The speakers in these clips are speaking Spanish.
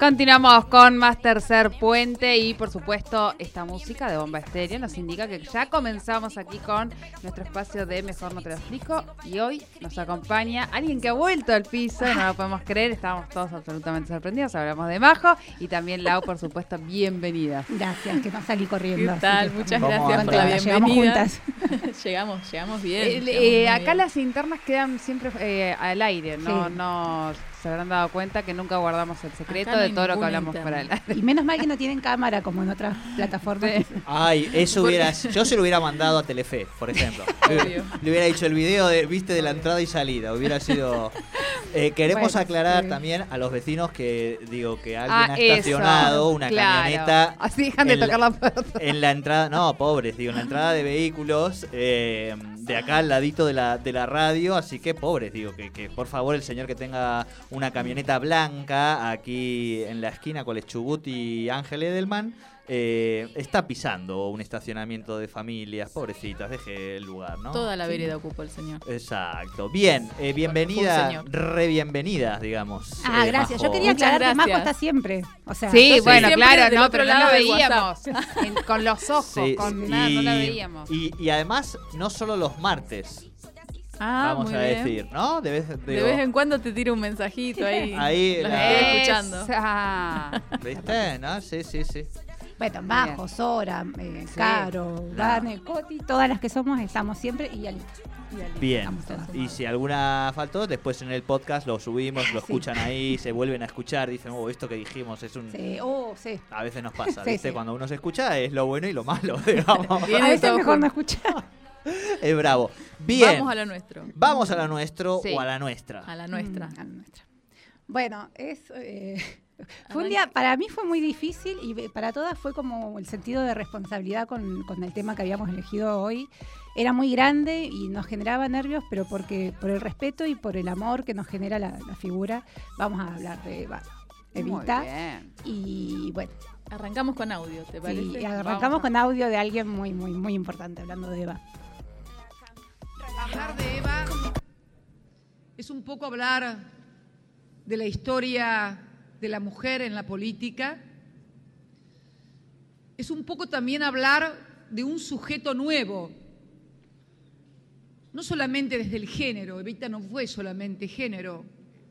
Continuamos con más Tercer Puente y por supuesto esta música de Bomba Estéreo nos indica que ya comenzamos aquí con nuestro espacio de Mejor No Te Lo Explico y hoy nos acompaña alguien que ha vuelto al piso, no lo podemos creer, estábamos todos absolutamente sorprendidos, hablamos de Majo y también Lau, por supuesto, bienvenida. Gracias, que no salí corriendo. ¿Qué tal? Muchas gracias por la bienvenida. Llegamos juntas. llegamos bien. Acá las internas quedan siempre al aire, no se habrán dado cuenta que nunca guardamos el secreto de todo lo que hablamos para el aire. Y menos mal que no tienen cámara como en otras plataformas. Ay, eso yo se lo hubiera mandado a Telefe, por ejemplo. Le hubiera dicho el video de la entrada y salida. Hubiera sido. Queremos aclarar también a los vecinos que alguien ha estacionado una camioneta. Así dejan de tocar la puerta. En la entrada, no, pobres, en la entrada de vehículos. De acá al ladito de la radio, así que pobres, que por favor el señor que tenga una camioneta blanca aquí en la esquina con el Chubut y Ángel Edelman, está pisando un estacionamiento de familias, pobrecitas, deje el lugar, ¿no? Toda la vereda ocupó el señor. Exacto. Bien, bienvenida, bienvenidas, digamos. Gracias. Majo. Yo quería aclarar que Majo está siempre. O sea, sí, bueno, claro, no, pero no la veíamos. Con los ojos, sí, nada, no la veíamos. Y además, no solo los martes. Vamos a decir, ¿no? De vez en cuando te tiro un mensajito ahí. Ahí los estoy escuchando. ¿Viste? ¿No? Sí. Bueno, Majo, Sora, Caro, Vane, Coti, todas las que somos estamos siempre y Ali. Bien, y si alguna faltó, después en el podcast lo subimos, lo escuchan ahí, se vuelven a escuchar, dicen, esto que dijimos es un... Sí. A veces nos pasa, ¿viste? Cuando uno se escucha es lo bueno y lo malo, digamos. A veces es mejor no escuchar. Es bravo. Bien. Vamos a lo nuestro. ¿Vamos a lo nuestro o a la nuestra? A la nuestra. A la nuestra. Bueno, fue un día, para mí fue muy difícil y para todas fue como el sentido de responsabilidad con el tema que habíamos elegido hoy. Era muy grande y nos generaba nervios, pero por el respeto y por el amor que nos genera la figura, vamos a hablar de Evita. Muy bien. Y bueno. Arrancamos con audio, ¿te parece? Sí, arrancamos con audio de alguien muy, muy, muy importante, hablando de Eva. Hablar de Eva es un poco hablar de la historia de la mujer en la política. Es un poco también hablar de un sujeto nuevo. No solamente desde el género, Evita no fue solamente género.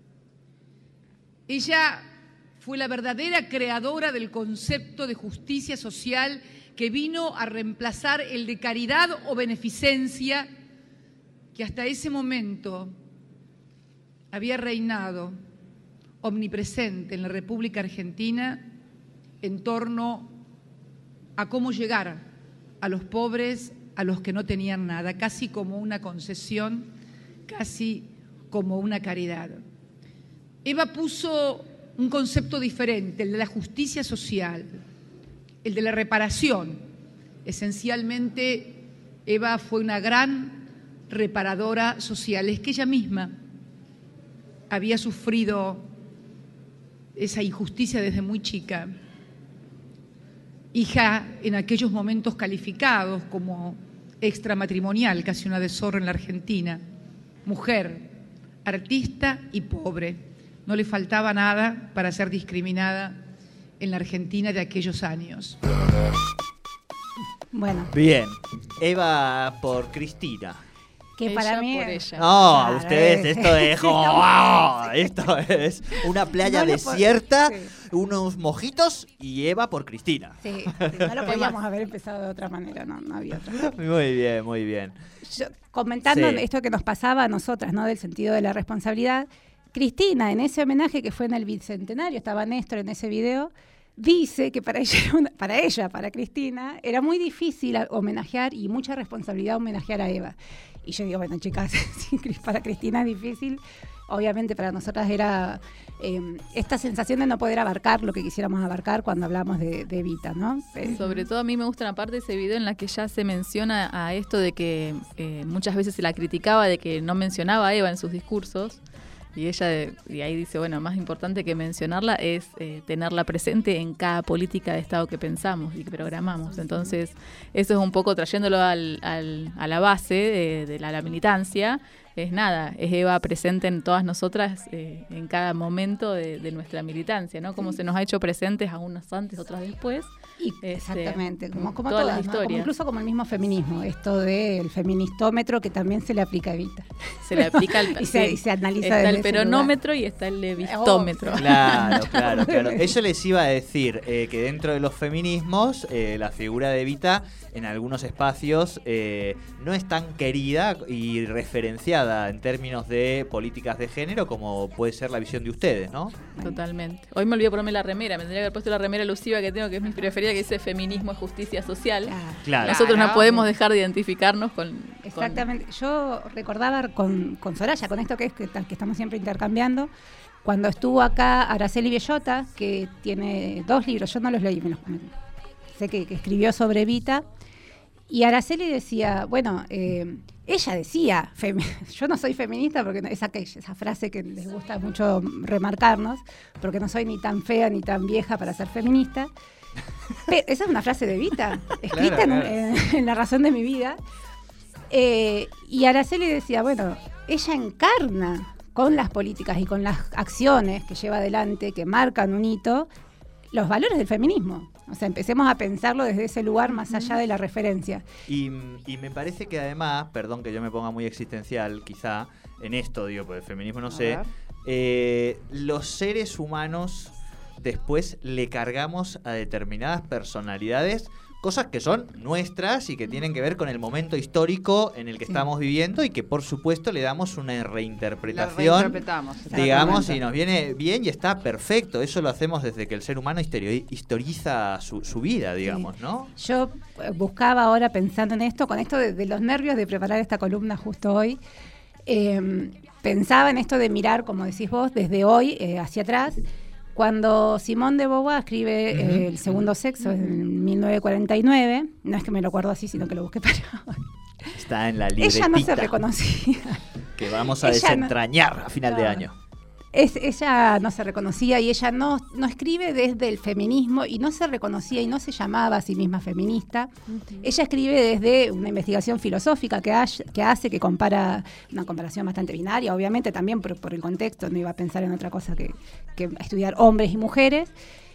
Ella fue la verdadera creadora del concepto de justicia social que vino a reemplazar el de caridad o beneficencia que hasta ese momento había reinado omnipresente en la República Argentina en torno a cómo llegar a los pobres, a los que no tenían nada, casi como una concesión, casi como una caridad. Eva puso un concepto diferente, el de la justicia social, el de la reparación. Esencialmente, Eva fue una gran reparadora social. Es que ella misma había sufrido esa injusticia desde muy chica. Hija en aquellos momentos calificados como extramatrimonial, casi una deshonra en la Argentina. Mujer, artista y pobre. No le faltaba nada para ser discriminada en la Argentina de aquellos años. Bueno. Bien. Eva por Cristina. Que ella para mí por ella. No, Claro, ustedes, esto es esto es una playa desierta, unos mojitos y Eva por Cristina. Sí, no lo podíamos haber empezado de otra manera, no había otra. Muy bien. Yo, comentando esto que nos pasaba a nosotras, ¿no? Del sentido de la responsabilidad, Cristina, en ese homenaje que fue en el bicentenario, estaba Néstor en ese video, dice que para ella, Cristina, era muy difícil homenajear y mucha responsabilidad homenajear a Eva. Y yo digo, bueno, chicas, si para Cristina es difícil, obviamente para nosotras era esta sensación de no poder abarcar lo que quisiéramos abarcar cuando hablamos de Evita, ¿no? Sobre todo a mí me gusta una parte de ese video en la que ya se menciona a esto de que muchas veces se la criticaba de que no mencionaba a Eva en sus discursos. Y ahí dice, bueno, más importante que mencionarla es tenerla presente en cada política de Estado que pensamos y que programamos. Entonces, eso es un poco trayéndolo a la base de la militancia, es nada, es Eva presente en todas nosotras en cada momento de nuestra militancia, ¿no? Como se nos ha hecho presentes a unas antes, otras después. Exactamente, como todas las historias. Como incluso como el mismo feminismo, esto del feministómetro que también se le aplica a Evita. Se le aplica y se analiza. Está el peronómetro y está el levistómetro. Claro. Eso les iba a decir, que dentro de los feminismos, la figura de Evita en algunos espacios no es tan querida y referenciada en términos de políticas de género como puede ser la visión de ustedes, ¿no? Totalmente. Hoy me olvidé ponerme la remera, me tendría que haber puesto la remera alusiva que tengo, que es mi preferida, que dice feminismo y justicia social. Claro. Nosotros no podemos dejar de identificarnos con... Exactamente. Yo recordaba con Soraya, con esto que estamos siempre intercambiando, cuando estuvo acá Araceli Bellota, que tiene 2 libros, yo no los leí, sé que escribió sobre Evita, y Araceli decía, bueno, ella decía, yo no soy feminista, porque esa frase que les gusta mucho remarcarnos, porque no soy ni tan fea ni tan vieja para ser feminista. Pero esa es una frase de Evita, escrita claro. En La razón de mi vida. Y Araceli decía, bueno, ella encarna con las políticas y con las acciones que lleva adelante, que marcan un hito, los valores del feminismo. O sea, empecemos a pensarlo desde ese lugar más allá de la referencia. Y me parece que además, perdón que yo me ponga muy existencial quizá en esto, digo, porque el feminismo no sé, los seres humanos después le cargamos a determinadas personalidades cosas que son nuestras y que tienen que ver con el momento histórico en el que estamos viviendo y que por supuesto le damos una reinterpretación, digamos, y nos viene bien y está perfecto. Eso lo hacemos desde que el ser humano historiza su vida, digamos, ¿no? Yo buscaba ahora, pensando en esto, con esto de los nervios de preparar esta columna justo hoy, pensaba en esto de mirar, como decís vos, desde hoy hacia atrás. Cuando Simone de Beauvoir escribe El segundo sexo en 1949, no es que me lo acuerdo así, sino que lo busqué para hoy. Está en la libretita. Ella no se reconocía. Que vamos a desentrañar a final de año. Ella no se reconocía y ella no escribe desde el feminismo y no se reconocía y no se llamaba a sí misma feminista. Ella escribe desde una investigación filosófica que compara, una comparación bastante binaria, obviamente también por el contexto, no iba a pensar en otra cosa que estudiar hombres y mujeres.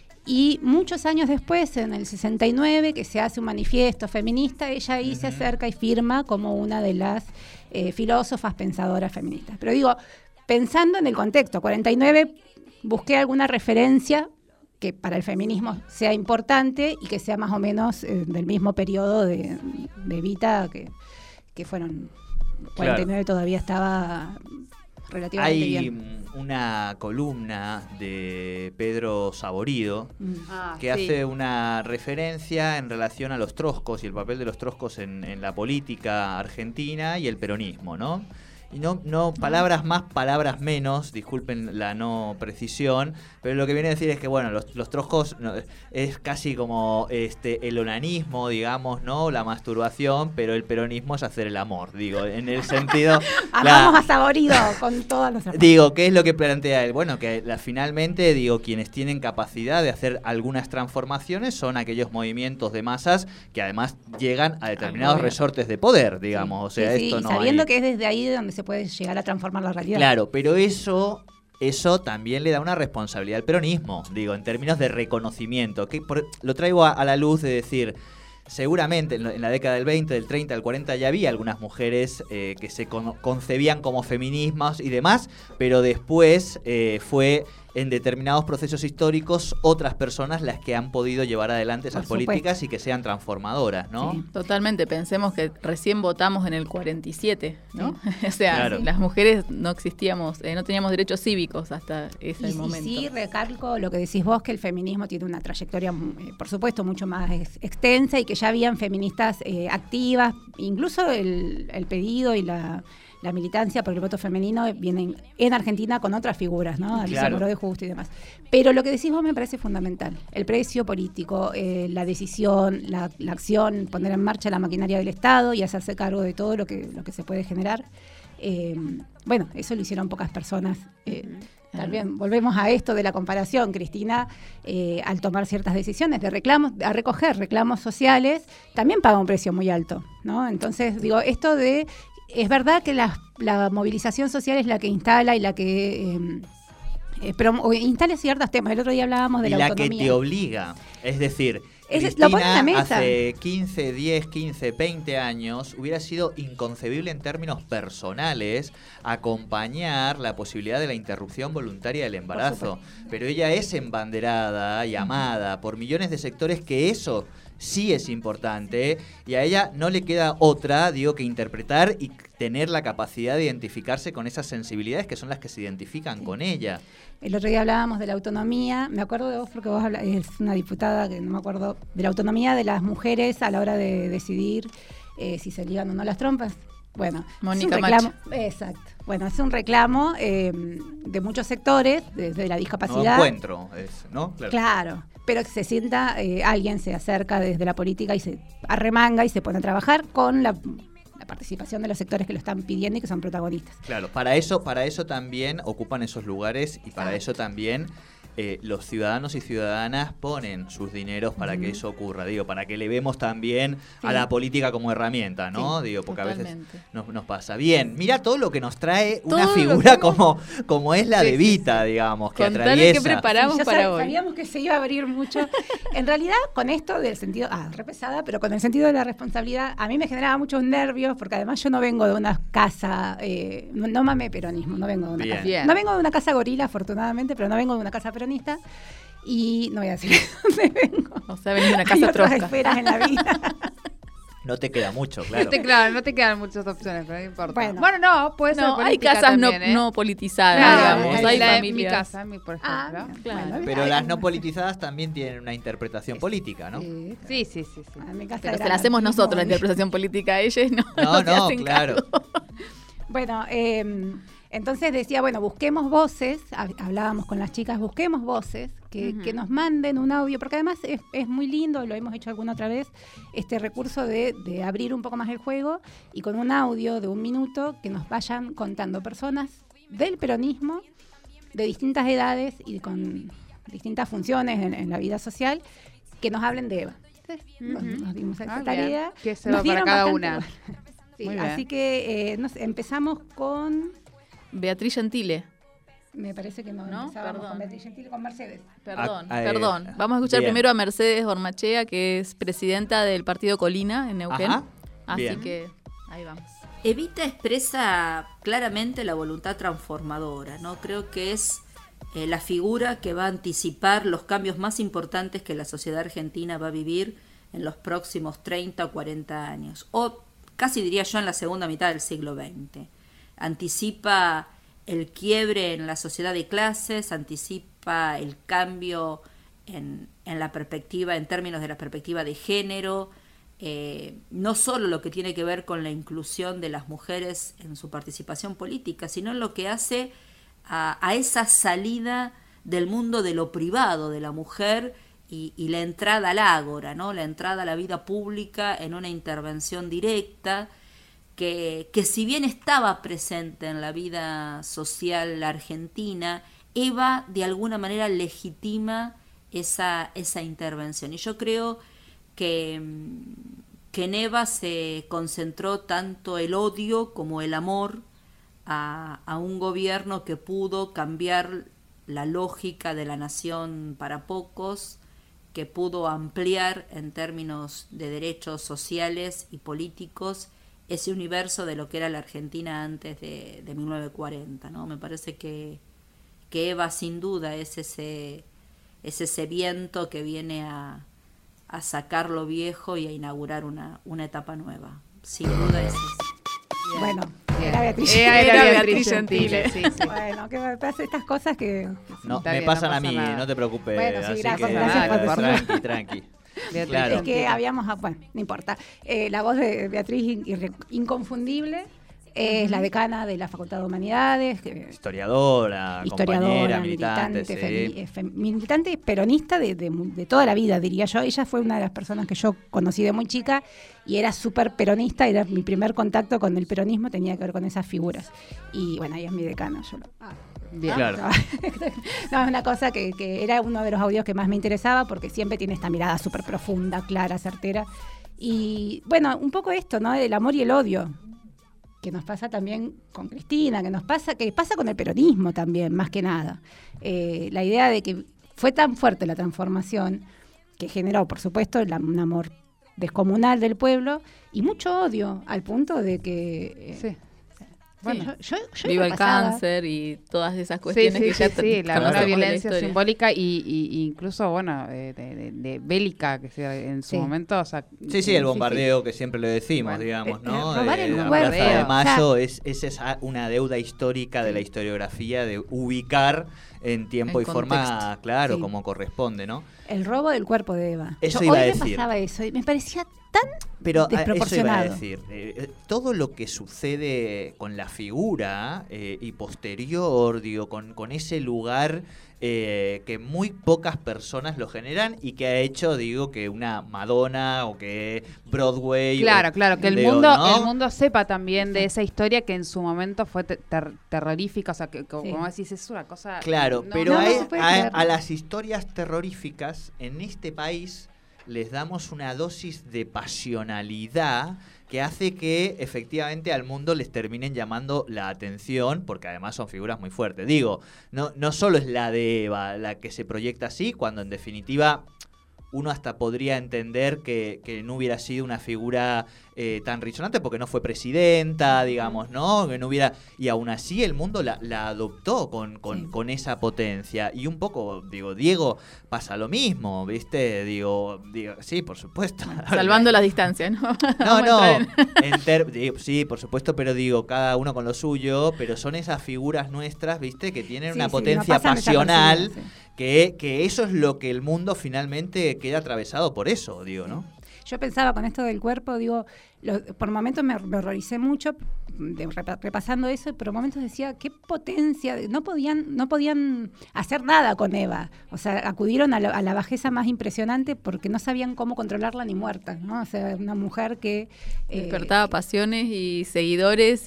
Y muchos años después, en el 69, que se hace un manifiesto feminista, ella ahí se acerca y firma como una de las filósofas pensadoras feministas. Pero digo, pensando en el contexto, 49, busqué alguna referencia que para el feminismo sea importante y que sea más o menos del mismo periodo de Evita, que fueron 49, claro. Todavía estaba relativamente bien. Hay una columna de Pedro Saborido que hace una referencia en relación a los trotskos y el papel de los trotskos en la política argentina y el peronismo, ¿no? Y no palabras más, palabras menos, disculpen la no precisión, pero lo que viene a decir es que bueno, los trotskos es casi como el onanismo, digamos, ¿no? La masturbación, pero el peronismo es hacer el amor, digo, en el sentido. Amamos a Saborido con todas las. Digo, ¿qué es lo que plantea él? Bueno, que finalmente, digo, quienes tienen capacidad de hacer algunas transformaciones son aquellos movimientos de masas que además llegan a determinados resortes de poder, digamos. O sea, esto no sabiendo que es desde ahí de donde se puede llegar a transformar la realidad. Claro, pero eso también le da una responsabilidad al peronismo, digo, en términos de reconocimiento. Lo traigo a la luz de decir, seguramente en la década del 20, del 30, del 40 ya había algunas mujeres que se concebían como feminismos y demás, pero después fue en determinados procesos históricos otras personas las que han podido llevar adelante esas políticas y que sean transformadoras, ¿no? Sí, totalmente. Pensemos que recién votamos en el 47, ¿no? O sea, las mujeres no existíamos, no teníamos derechos cívicos hasta ese momento. Sí, recalco lo que decís vos, que el feminismo tiene una trayectoria, por supuesto, mucho más extensa y que ya habían feministas activas, incluso el pedido y la militancia por el voto femenino vienen en Argentina con otras figuras, ¿no? Alicia Moró de Justo y demás. Pero lo que decís vos me parece fundamental. El precio político, la decisión, la acción, poner en marcha la maquinaria del Estado y hacerse cargo de todo lo que se puede generar. Bueno, eso lo hicieron pocas personas. También volvemos a esto de la comparación, Cristina, al tomar ciertas decisiones de reclamos, a recoger reclamos sociales, también paga un precio muy alto, ¿no? Entonces, digo, esto de es verdad que la movilización social es la que instala y la que instala ciertos temas. El otro día hablábamos de la autonomía. Y la que te obliga, es decir... Lo pone en la Cristina mesa. hace 15, 20 años hubiera sido inconcebible en términos personales acompañar la posibilidad de la interrupción voluntaria del embarazo. Pero ella es embanderada y amada por millones de sectores que eso sí es importante y a ella no le queda otra, que interpretar y tener la capacidad de identificarse con esas sensibilidades que son las que se identifican con ella. El otro día hablábamos de la autonomía, me acuerdo de vos porque vos es una diputada que no me acuerdo, de la autonomía de las mujeres a la hora de decidir si se ligan o no las trompas. Bueno, Mónica es un reclamo. Exacto. Bueno, es un reclamo de muchos sectores, desde la discapacidad. No encuentro, ¿no? Claro, pero que se sienta, alguien se acerca desde la política y se arremanga y se pone a trabajar con la participación de los sectores que lo están pidiendo y que son protagonistas. Claro, para eso también ocupan esos lugares y para eso también los ciudadanos y ciudadanas ponen sus dineros para que eso ocurra, para que le vemos también a la política como herramienta, ¿no? Porque totalmente. A veces nos pasa. Bien, mira todo lo que nos trae una figura como es la de Vita, digamos, que Contale atraviesa. qué preparamos para hoy. Sabíamos que se iba a abrir mucho. En realidad, con esto del sentido, re pesada, pero con el sentido de la responsabilidad, a mí me generaba muchos nervios, porque además yo no vengo de una casa, no mamé peronismo, no vengo de una casa. Bien. No vengo de una casa gorila, afortunadamente, pero no vengo de una casa peronista. Y no voy a decir dónde vengo. O sea, venís de una casa trosca. Hay otras esferas en la vida. No te queda mucho, claro. No te quedan muchas opciones, pero no importa. Bueno, no, puede ser política hay casas también, no politizadas, claro, digamos. hay Hay mi familias. casa, por ejemplo. Claro. Pero las no politizadas también tienen una interpretación política, ¿no? Sí. En mi casa Pero era se la hacemos anarquismo. nosotros la interpretación política a ellas, no se No, hacen claro. cargo. Bueno, entonces decía, busquemos voces, hablábamos con las chicas, busquemos voces que nos manden un audio, porque además es muy lindo, lo hemos hecho alguna otra vez, este recurso de abrir un poco más el juego y con un audio de 1 minuto que nos vayan contando personas del peronismo, de distintas edades y con distintas funciones en la vida social, que nos hablen de Eva. Entonces, nos dimos esa tarea. Que se va para cada una. Sí, así que empezamos con... Beatriz Gentile. Me parece que no empezábamos Perdón. con Beatriz Gentile, con Mercedes. Perdón. Vamos a escuchar primero a Mercedes Ormachea, que es presidenta del partido Colina en Neuquén. Ajá. Así Bien. que ahí vamos. Evita expresa claramente la voluntad transformadora, ¿no? Creo que es la figura que va a anticipar los cambios más importantes que la sociedad argentina va a vivir en los próximos 30 o 40 años, o casi diría yo en la segunda mitad del siglo XX. Anticipa el quiebre en la sociedad de clases, anticipa el cambio en la perspectiva, en términos de la perspectiva de género, no solo lo que tiene que ver con la inclusión de las mujeres en su participación política, sino en lo que hace a esa salida del mundo de lo privado de la mujer y la entrada al ágora, ¿no? La entrada a la vida pública en una intervención directa que si bien estaba presente en la vida social argentina, Eva de alguna manera legitima esa intervención. Y yo creo que en Eva se concentró tanto el odio como el amor a un gobierno que pudo cambiar la lógica de la nación para pocos, que pudo ampliar en términos de derechos sociales y políticos ese universo de lo que era la Argentina antes de 1940, ¿no? Me parece que Eva sin duda es ese viento que viene a sacar lo viejo y a inaugurar una etapa nueva. Sin duda es eso. Bueno, era Beatriz. Era Beatriz Gentile, sí. Bueno, que me pasan estas cosas que... No, Está me bien, pasan no a mí, pasa nada. no te preocupes. Bueno, sí, así gracias, que gracias por tranqui. Beatriz Claro. Es que habíamos, bueno, no importa. La voz de Beatriz, inconfundible, es la decana de la Facultad de Humanidades. Historiadora, compañera, militante. Militante peronista de toda la vida, diría yo. Ella fue una de las personas que yo conocí de muy chica y era súper peronista. Era mi primer contacto con el peronismo, tenía que ver con esas figuras. Y bueno, ella es mi decana. Bien. Claro. No, es una cosa que era uno de los audios que más me interesaba porque siempre tiene esta mirada súper profunda, clara, certera. Y bueno, un poco esto, ¿no? El amor y el odio. que nos pasa también con Cristina, que pasa con el peronismo también, más que nada. La idea de que fue tan fuerte la transformación que generó, por supuesto, un amor descomunal del pueblo y mucho odio, al punto de que... Sí. Bueno, yo viva el pasaba, cáncer y todas esas cuestiones que ya la violencia la simbólica y incluso, bueno, de bélica, que sea en su momento, o sea... Sí, el bombardeo que siempre le decimos, bueno, digamos, ¿no? robar el la cuerpo. Plaza de Mayo O sea, es una deuda histórica de la historiografía de ubicar en tiempo en y forma, contexto. claro, Sí. como corresponde, ¿no? el robo del cuerpo de Eva. Eso Yo iba hoy a me decir. pasaba eso y me parecía tan Pero eso iba a desproporcionado. decir, todo lo que sucede con la figura y posterior, digo, con ese lugar que muy pocas personas lo generan y que ha hecho, digo, que una Madonna o que Broadway... Claro, que el digo, mundo ¿no? el mundo sepa también de esa historia que en su momento fue terrorífica, o sea, que como decís, es una cosa... Claro, no, pero no, no se puede creer. a las historias terroríficas en este país les damos una dosis de pasionalidad que hace que efectivamente al mundo les terminen llamando la atención, porque además son figuras muy fuertes. Digo, no solo es la de Eva la que se proyecta así, cuando en definitiva uno hasta podría entender que no hubiera sido una figura tan risonante porque no fue presidenta, digamos, ¿no? Que no hubiera... Y aún así el mundo la adoptó con esa potencia. Y un poco, digo, Diego pasa lo mismo, ¿viste? Digo sí, por supuesto. Salvando las distancias, ¿no? No. Sí, por supuesto, pero digo, cada uno con lo suyo, pero son esas figuras nuestras, ¿viste? Que tienen una potencia no pasan pasional, desapercibidas, que eso es lo que el mundo finalmente queda atravesado por eso, digo, ¿no? Yo pensaba con esto del cuerpo, digo, por momentos me horroricé mucho repasando eso, pero por momentos decía, qué potencia, no podían hacer nada con Eva, o sea, acudieron a la bajeza más impresionante porque no sabían cómo controlarla ni muerta, ¿no? O sea, una mujer que... despertaba pasiones y seguidores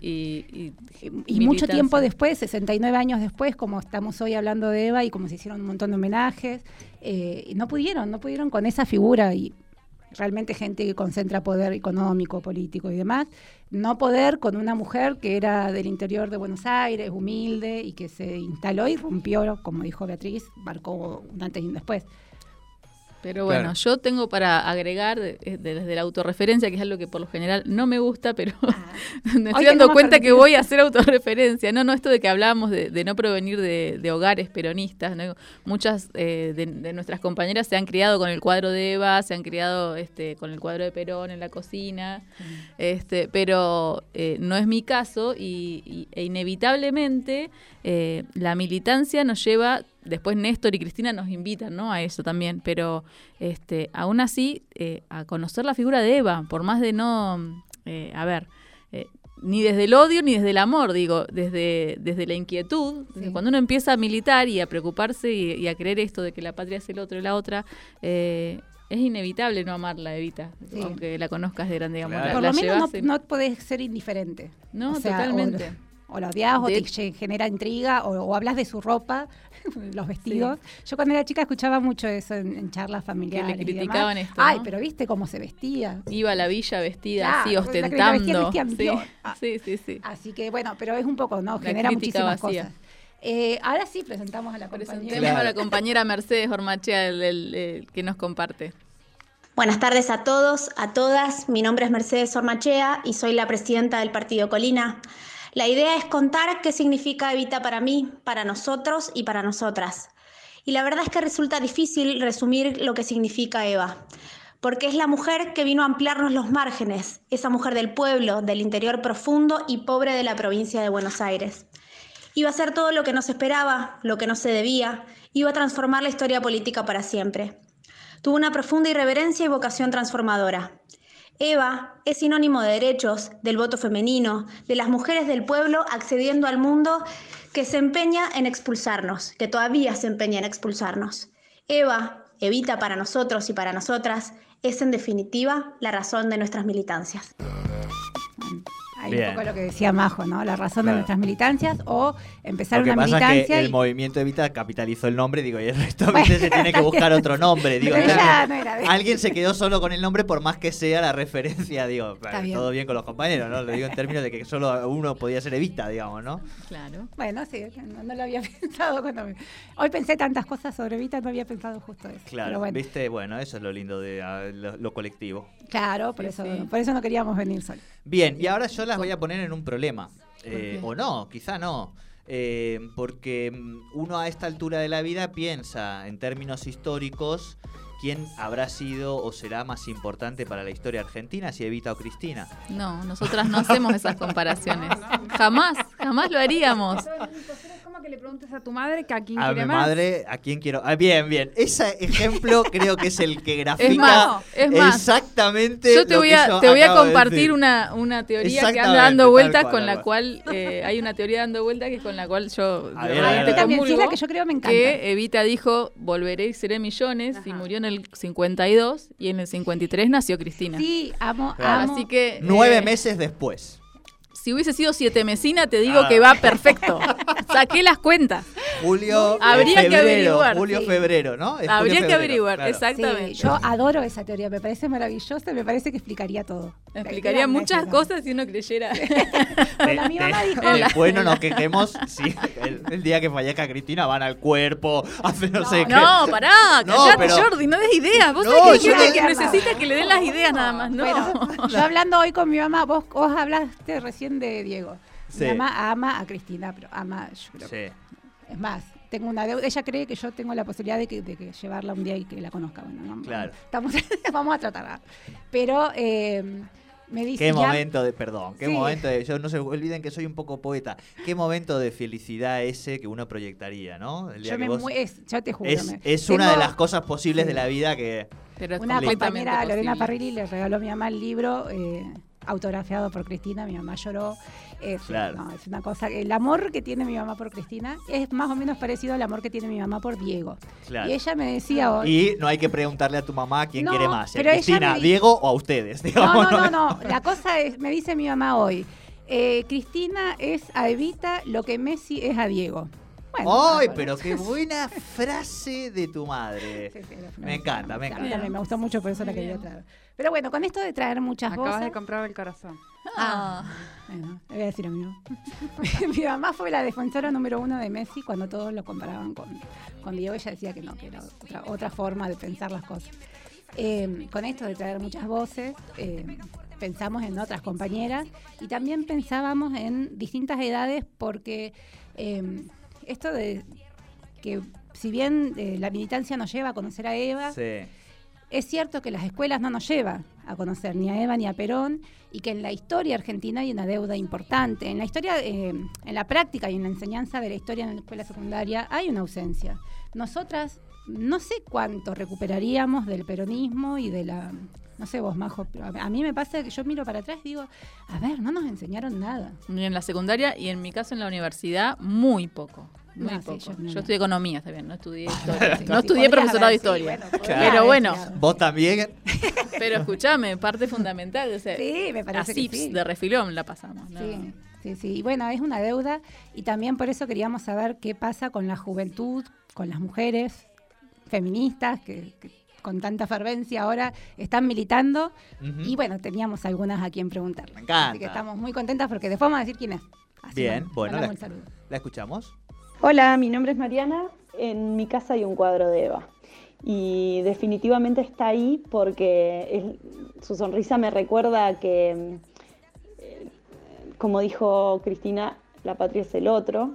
y mucho tiempo después, 69 años después, como estamos hoy hablando de Eva y como se hicieron un montón de homenajes, no pudieron con esa figura y realmente gente que concentra poder económico, político y demás, no poder con una mujer que era del interior de Buenos Aires, humilde y que se instaló y rompió, como dijo Beatriz, marcó un antes y un después. Pero bueno, Claro. yo tengo para agregar desde la autorreferencia, que es algo que por lo general no me gusta, pero me estoy dando cuenta que voy a hacer autorreferencia. No, esto de que hablábamos de no provenir de hogares peronistas, ¿no? Muchas de nuestras compañeras se han criado con el cuadro de Eva, se han criado con el cuadro de Perón en la cocina, pero no es mi caso e inevitablemente la militancia nos lleva... Después Néstor y Cristina nos invitan, ¿no?, a eso también, pero aún así a conocer la figura de Eva, por más de no, ni desde el odio ni desde el amor, digo, desde la inquietud, desde cuando uno empieza a militar y a preocuparse y a creer esto de que la patria es el otro y la otra, es inevitable no amarla, Evita, aunque la conozcas de grande, digamos. Claro. Por La lo menos llevas no podés ser indiferente. No, O sea, totalmente. O la odias, o te genera intriga, o hablas de su ropa, los vestidos. Yo cuando era chica escuchaba mucho eso en charlas familiares. Que le y demás. criticaban esto, Ay, ¿no? pero viste cómo se vestía. Iba a la villa vestida Claro, así, la que ostentando. vestía Dior. Sí. Así que bueno, pero es un poco, ¿no? La Genera crítica muchísimas vacía. cosas. Ahora sí presentamos a la compañera. Presentemos a la compañera Mercedes Hormachea, que nos comparte. Buenas tardes a todos, a todas. Mi nombre es Mercedes Hormachea y soy la presidenta del Partido Colina. La idea es contar qué significa Evita para mí, para nosotros y para nosotras. Y la verdad es que resulta difícil resumir lo que significa Eva, porque es la mujer que vino a ampliarnos los márgenes, esa mujer del pueblo, del interior profundo y pobre de la provincia de Buenos Aires. Iba a hacer todo lo que no se esperaba, lo que no se debía, iba a transformar la historia política para siempre. Tuvo una profunda irreverencia y vocación transformadora. Eva es sinónimo de derechos, del voto femenino, de las mujeres del pueblo accediendo al mundo que se empeña en expulsarnos, que todavía se empeña en expulsarnos. Evita para nosotros y para nosotras, es en definitiva la razón de nuestras militancias. Ahí un poco lo que decía Majo, ¿no? La razón de nuestras militancias o empezar una militancia. militancia. Lo que pasa es que el movimiento Evita capitalizó el nombre, digo, y el resto se tiene que buscar otro nombre. Digo, ya no era alguien se quedó solo con el nombre por más que sea la referencia, digo, todo bien con los compañeros, ¿no? Lo digo en términos de que solo uno podía ser Evita, digamos, ¿no? Claro. Bueno, sí, no lo había pensado hoy pensé tantas cosas sobre Evita, no había pensado justo eso. Claro, bueno. Viste, bueno, eso es lo lindo de lo colectivo. Claro, por eso no queríamos venir solos. Bien, y ahora yo las voy a poner en un problema. O no, quizá no. Porque uno a esta altura de la vida piensa en términos históricos quién habrá sido o será más importante para la historia argentina, si Evita o Cristina. No, nosotras no hacemos esas comparaciones. Jamás lo haríamos. Es como que le preguntes a tu madre que a quién a quiere mi más. Madre, a quién quiero. Bien. Ese ejemplo creo que es el que grafica exactamente. Yo te voy a compartir una teoría que anda dando vueltas con la cual hay una teoría dando vueltas que con la cual yo también, si es la que yo creo me encanta. Que Evita dijo volveré y seré millones. Y murió en el 52 y en el 53 nació Cristina. Sí, amo. Así que 9 meses después. Si hubiese sido 7 mesina, te digo que va perfecto. Saqué las cuentas. Julio, habría que averiguar. Julio, febrero, ¿no? Habría que averiguar, claro. Exactamente. Sí, yo adoro esa teoría, me parece maravillosa, me parece que explicaría todo. Explicaría muchas cosas si uno creyera. Bueno, mi mamá dijo. Después no nos quejemos si el día que fallezca Cristina van al cuerpo, hacen no sé qué. No, pará, callate, Jordi, no des ideas. Vos sabés que hay gente que necesita que le den las ideas nada más. No. Bueno, yo hablando hoy con mi mamá, vos hablaste recién de Diego. Sí. Mi mamá ama a Cristina, pero ama, yo creo. Sí. Es más, tengo una deuda. Ella cree que yo tengo la posibilidad de que llevarla un día y que la conozca. Bueno, no, claro. Vamos a tratarla. Pero me dice. Qué momento de. Yo no se olviden que soy un poco poeta. Qué momento de felicidad ese que uno proyectaría, ¿no? El día yo te juro. Es una de las cosas posibles de la vida que. Pero una compañera, Lorena Parrilli, le regaló a mi mamá el libro. Autografiado por Cristina, mi mamá lloró. Es una cosa. El amor que tiene mi mamá por Cristina es más o menos parecido al amor que tiene mi mamá por Diego. Claro. Y ella me decía hoy. Y no hay que preguntarle a tu mamá quién quiere más, Cristina, Diego o a ustedes. Digamos, no. La cosa es, me dice mi mamá hoy, Cristina es a Evita lo que Messi es a Diego. Bueno, ¡ay, pero qué buena frase de tu madre! Sí, me encanta. Me gustó mucho, por eso la quería traer. Pero bueno, con esto de traer muchas voces... Acabas de comprar el corazón. Bueno, le voy a decir a mi mamá. Mi mamá fue la defensora número 1 de Messi cuando todos lo comparaban con Diego. Ella decía que no, que era otra forma de pensar las cosas. Con esto de traer muchas voces... pensamos en otras compañeras y también pensábamos en distintas edades porque... esto de que si bien la militancia nos lleva a conocer a Eva, es cierto que las escuelas no nos llevan a conocer ni a Eva ni a Perón y que en la historia argentina hay una deuda importante. En la historia, en la práctica y en la enseñanza de la historia en la escuela secundaria hay una ausencia. Nosotras no sé cuánto recuperaríamos del peronismo y de la... No sé vos, Majo, pero a mí me pasa que yo miro para atrás y digo, a ver, no nos enseñaron nada. Ni en la secundaria y en mi caso en la universidad, muy poco. Muy poco. Sí, yo estudié economía, está bien, no estudié historia. No estudié profesorado de historia. Pero bueno. ¿Vos también? Pero escúchame, parte fundamental. O sea, sí, me parece que sí. De refilón la pasamos, ¿no? Sí. Y bueno, es una deuda y también por eso queríamos saber qué pasa con la juventud, con las mujeres feministas que con tanta fervencia ahora están militando y bueno, teníamos algunas a quien preguntarle. Me encanta. Así que estamos muy contentas porque después vamos a decir quién es. Así bien, bueno, la escuchamos. Hola, mi nombre es Mariana. En mi casa hay un cuadro de Eva y definitivamente está ahí porque su sonrisa me recuerda que, como dijo Cristina, la patria es el otro.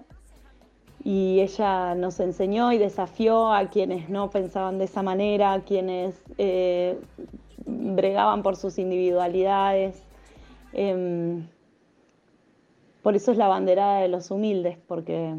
Y ella nos enseñó y desafió a quienes no pensaban de esa manera, a quienes bregaban por sus individualidades. Por eso es la banderada de los humildes, porque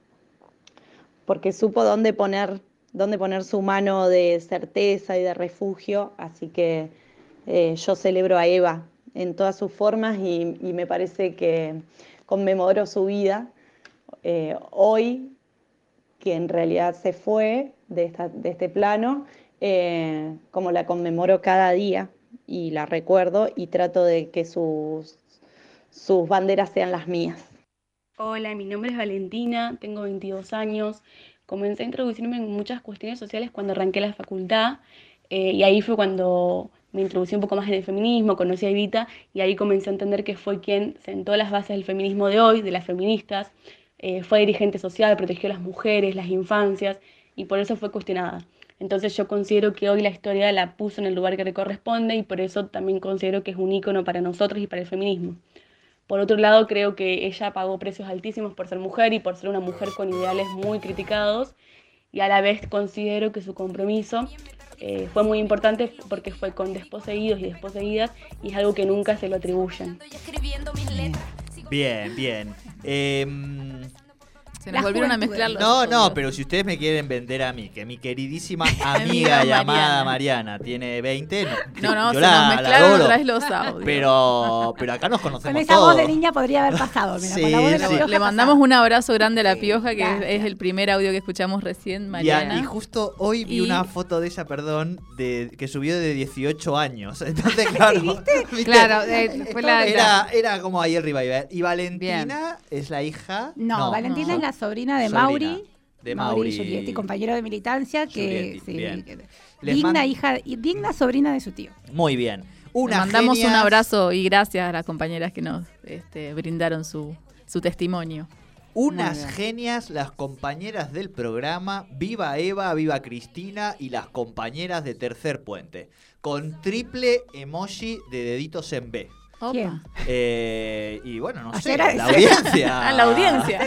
supo dónde poner su mano de certeza y de refugio. Así que yo celebro a Eva en todas sus formas y me parece que conmemoro su vida. Hoy, que en realidad se fue de este plano, como la conmemoro cada día y la recuerdo y trato de que sus sus banderas sean las mías. Hola, mi nombre es Valentina, tengo 22 años. Comencé a introducirme en muchas cuestiones sociales cuando arranqué la facultad y ahí fue cuando me introducí un poco más en el feminismo, conocí a Evita y ahí comencé a entender que fue quien sentó las bases del feminismo de hoy, de las feministas, fue dirigente social, protegió a las mujeres, las infancias y por eso fue cuestionada. Entonces yo considero que hoy la historia la puso en el lugar que le corresponde y por eso también considero que es un ícono para nosotros y para el feminismo. Por otro lado, creo que ella pagó precios altísimos por ser mujer y por ser una mujer con ideales muy criticados y a la vez considero que su compromiso fue muy importante porque fue con desposeídos y desposeídas y es algo que nunca se lo atribuyen. Bien, bien. Se nos volvieron a mezclar los No, pero si ustedes me quieren vender a mí, que mi queridísima amiga llamada Mariana tiene 20, no, yo se nos mezclaron otra vez los audios. Pero acá nos conocemos con esa todos. voz de niña podría haber pasado. Mira, Sí, con la voz de la Pioja Le mandamos pasaba. un abrazo grande a la Pioja, que gracias. es el primer audio que escuchamos recién, Mariana. Y justo hoy vi una foto de ella, que subió de 18 años. Entonces, claro. ¿viste? Claro, fue Era como ahí el revival. Y Valentina es la hija. No, Valentina es la sobrina de Sobrina. Mauri. De Mauri Giulietti, compañero de militancia, que Giulietti, bien. digna hija y digna sobrina de su tío. Muy bien. Le mandamos un abrazo y gracias a las compañeras que nos brindaron su testimonio. Unas genias las compañeras del programa. Viva Eva, viva Cristina y las compañeras de Tercer Puente. Con triple emoji de deditos en B. ¿Quién? Y bueno, no sé, era la audiencia. La audiencia.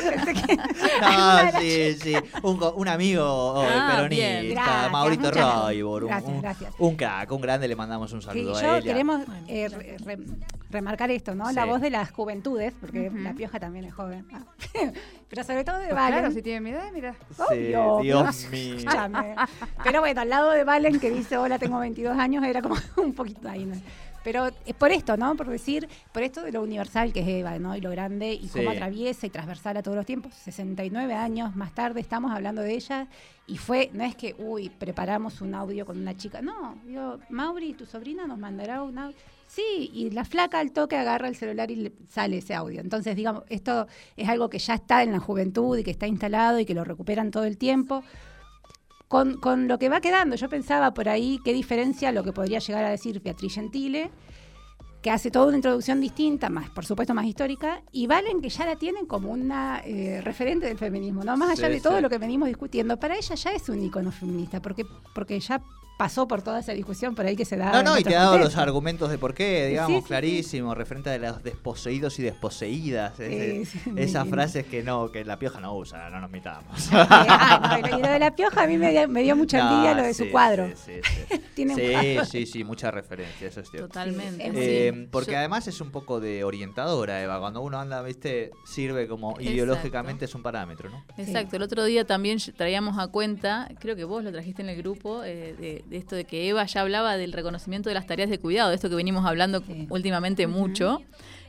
No, sí. Un amigo peronista, bien. Gracias, Maurito muchas Roybor. Gracias. Un crack, un grande, le mandamos un saludo a Yo ella. queremos remarcar esto, ¿no? Sí. La voz de las juventudes, porque la Pioja también es joven. Pero sobre todo de Valen. Claro, si tiene mi edad, mira. Sí, Obvio, Dios pero- mío. Escúchame. Pero bueno, al lado de Valen que dice, hola, tengo 22 años, era como un poquito ahí, ¿no? Pero es por esto, ¿no? Por esto de lo universal que es Eva, ¿no? Y lo grande y cómo atraviesa y transversal a todos los tiempos. 69 años más tarde estamos hablando de ella y no es que, preparamos un audio con una chica. No, digo, Mauri, tu sobrina nos mandará un audio. Sí, y la flaca al toque agarra el celular y le sale ese audio. Entonces, digamos, esto es algo que ya está en la juventud y que está instalado y que lo recuperan todo el tiempo. Con lo que va quedando, yo pensaba por ahí qué diferencia lo que podría llegar a decir Beatriz Gentile, que hace toda una introducción distinta, más por supuesto más histórica, y Valen que ya la tienen como una referente del feminismo, ¿no? Más allá de todo lo que venimos discutiendo, para ella ya es un ícono feminista, porque ya pasó por toda esa discusión por ahí que se da. No, y te ha dado los argumentos de por qué, digamos, Sí. clarísimo, referente a los desposeídos y desposeídas. Esas frases que la Pioja no usa, no nos mitamos. Y lo de la Pioja a mí me dio mucha envidia lo de su cuadro. Tiene un cuadro. Sí, mucha referencia, eso es cierto. Totalmente. Porque además es un poco de orientadora, Eva. Cuando uno anda, viste, sirve como ideológicamente es un parámetro, ¿no? Exacto. El otro día también traíamos a cuenta, creo que vos lo trajiste en el grupo, de esto de que Eva ya hablaba del reconocimiento de las tareas de cuidado, de esto que venimos hablando últimamente mucho.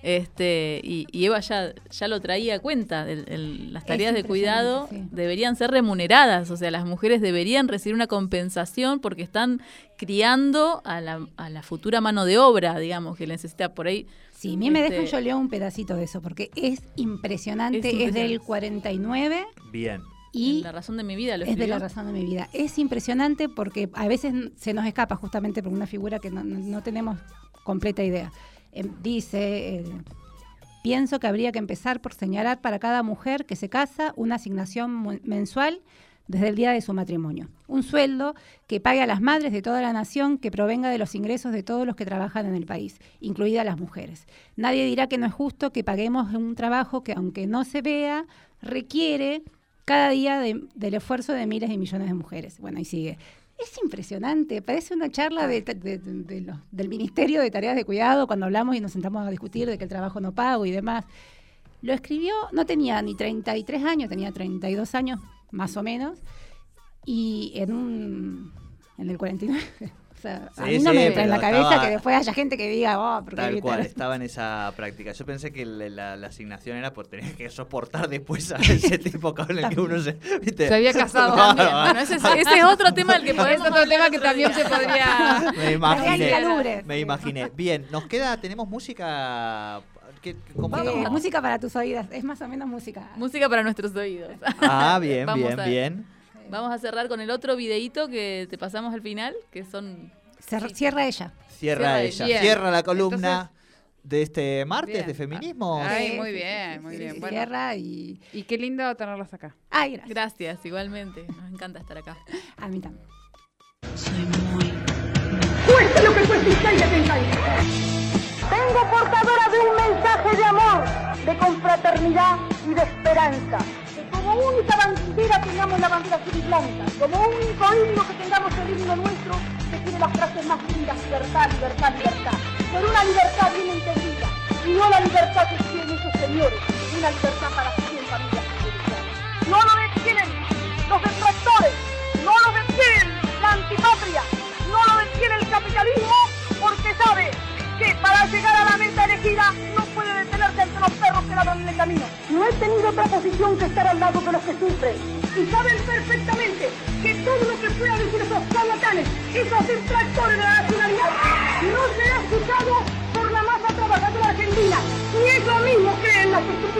Y Eva ya lo traía a cuenta. Las tareas de cuidado deberían ser remuneradas, o sea, las mujeres deberían recibir una compensación porque están criando a la futura mano de obra, digamos, que necesita por ahí. Sí, a mí me dejan, yo leo un pedacito de eso, porque es impresionante, es del 49. Bien. Y La razón de mi vida lo es de escribió. La razón de mi vida. Es impresionante porque a veces se nos escapa justamente por una figura que no tenemos completa idea. Dice, pienso que habría que empezar por señalar para cada mujer que se casa una asignación mensual desde el día de su matrimonio. Un sueldo que pague a las madres de toda la nación, que provenga de los ingresos de todos los que trabajan en el país, incluidas las mujeres. Nadie dirá que no es justo que paguemos un trabajo que, aunque no se vea, requiere cada día del esfuerzo de miles y millones de mujeres. Bueno, y sigue. Es impresionante, parece una charla del Ministerio de Tareas de Cuidado cuando hablamos y nos sentamos a discutir de que el trabajo no pago y demás. Lo escribió, no tenía ni 33 años, tenía 32 años más o menos, y en el 49. O sea, a mí no me entra en la cabeza que después haya gente que diga, porque tal cual, estaba en esa práctica. Yo pensé que la asignación era por tener que soportar después a ese tipo con el que uno se había casado. Bueno, ese es otro tema del que podemos otro tema que también se podría. Me imaginé. Bien, tenemos música. ¿Cómo? Música para tus oídos, es más o menos música. Música para nuestros oídos. Bien, bien. Vamos a cerrar con el otro videíto que te pasamos al final, que son... Cierra ella. Cierra ella. Bien. Cierra la columna. Entonces, de este martes bien. De feminismo. Ay, muy bien, muy bien. Bueno. Cierra y qué lindo tenerlas acá. Ay, gracias. Gracias, igualmente. Nos encanta estar acá. A mí también. Cueste lo que cueste y caiga quien caiga. Vengo portadora de un mensaje de amor, de confraternidad y de esperanza. Que como única bandera tengamos la bandera azul y blanca. Como único himno que tengamos el himno nuestro, que tiene las frases más lindas: libertad, libertad, libertad. Pero una libertad bien entendida, y no la libertad que quieren esos señores, una libertad para 100 familias privilegiadas. No lo detienen los detractores, no lo detienen la antipatria, no lo detiene el capitalismo, porque sabe que para llegar a la meta elegida no puede detenerse ante los perros que ladran en el camino. No he tenido otra posición que estar al lado de los que sufren. Y saben perfectamente que todo lo que puedan decir esos charlatanes, esos detractores de la nacionalidad, no será escuchado por la masa trabajadora argentina. Y ellos mismos creen las